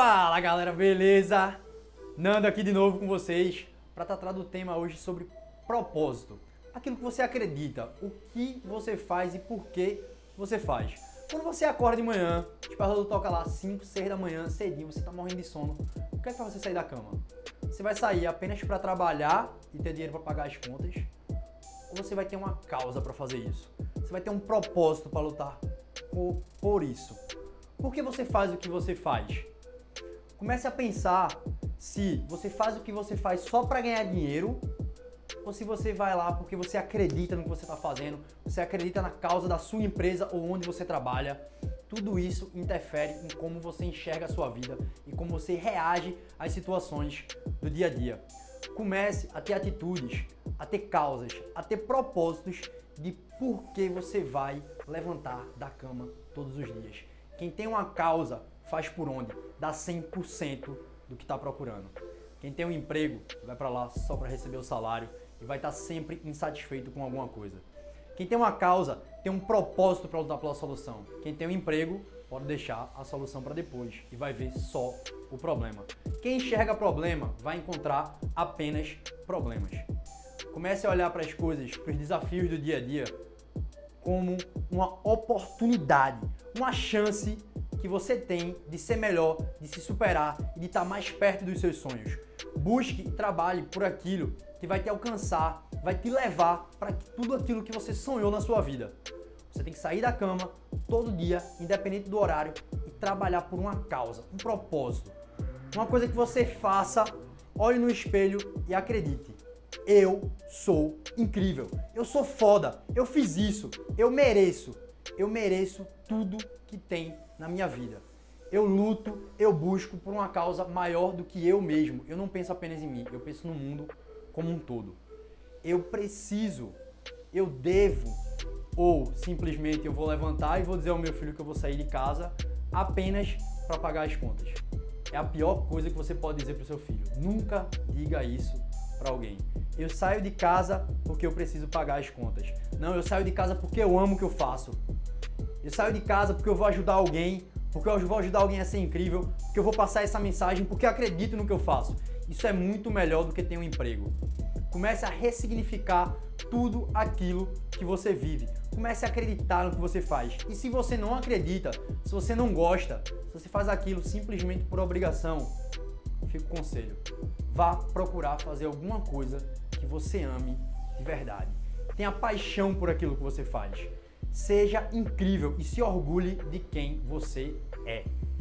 Fala galera, beleza? Nando aqui de novo com vocês para tratar do tema hoje sobre propósito. Aquilo que você acredita, o que você faz e por que você faz. Quando você acorda de manhã, o despertador toca lá 5, 6 da manhã, cedinho, você tá morrendo de sono, o que é que faz você sair da cama? Você vai sair apenas para trabalhar e ter dinheiro para pagar as contas? Ou você vai ter uma causa para fazer isso? Você vai ter um propósito para lutar por isso? Por que você faz o que você faz? Comece a pensar se você faz o que você faz só para ganhar dinheiro ou se você vai lá porque você acredita no que você está fazendo, você acredita na causa da sua empresa ou onde você trabalha. Tudo isso interfere em como você enxerga a sua vida e como você reage às situações do dia a dia. Comece a ter atitudes, a ter causas, a ter propósitos de por que você vai levantar da cama todos os dias. Quem tem uma causa faz por onde? Dá 100% do que está procurando. Quem tem um emprego vai para lá só para receber o salário e vai estar sempre insatisfeito com alguma coisa. Quem tem uma causa tem um propósito para lutar pela solução. Quem tem um emprego pode deixar a solução para depois e vai ver só o problema. Quem enxerga problema vai encontrar apenas problemas. Comece a olhar para as coisas, para os desafios do dia a dia como uma oportunidade, uma chance que você tem de ser melhor, de se superar e de estar mais perto dos seus sonhos. Busque e trabalhe por aquilo que vai te alcançar, vai te levar para tudo aquilo que você sonhou na sua vida. Você tem que sair da cama todo dia, independente do horário, e trabalhar por uma causa, um propósito. Uma coisa que você faça, olhe no espelho e acredite. Eu sou incrível, eu sou foda, eu fiz isso, eu mereço tudo que tem na minha vida. Eu luto, eu busco por uma causa maior do que eu mesmo. Eu não penso apenas em mim, eu penso no mundo como um todo. Eu preciso, eu devo, ou simplesmente eu vou levantar e vou dizer ao meu filho que eu vou sair de casa apenas para pagar as contas. É a pior coisa que você pode dizer para o seu filho. Nunca diga isso para alguém. Eu saio de casa porque eu preciso pagar as contas. Não, eu saio de casa porque eu amo o que eu faço. Eu saio de casa porque eu vou ajudar alguém, porque eu vou ajudar alguém a ser incrível, porque eu vou passar essa mensagem, porque eu acredito no que eu faço. Isso é muito melhor do que ter um emprego. Comece a ressignificar tudo aquilo que você vive. Comece a acreditar no que você faz. E se você não acredita, se você não gosta, se você faz aquilo simplesmente por obrigação, fica o conselho. Vá procurar fazer alguma coisa que você ame de verdade. Tenha paixão por aquilo que você faz. Seja incrível e se orgulhe de quem você é.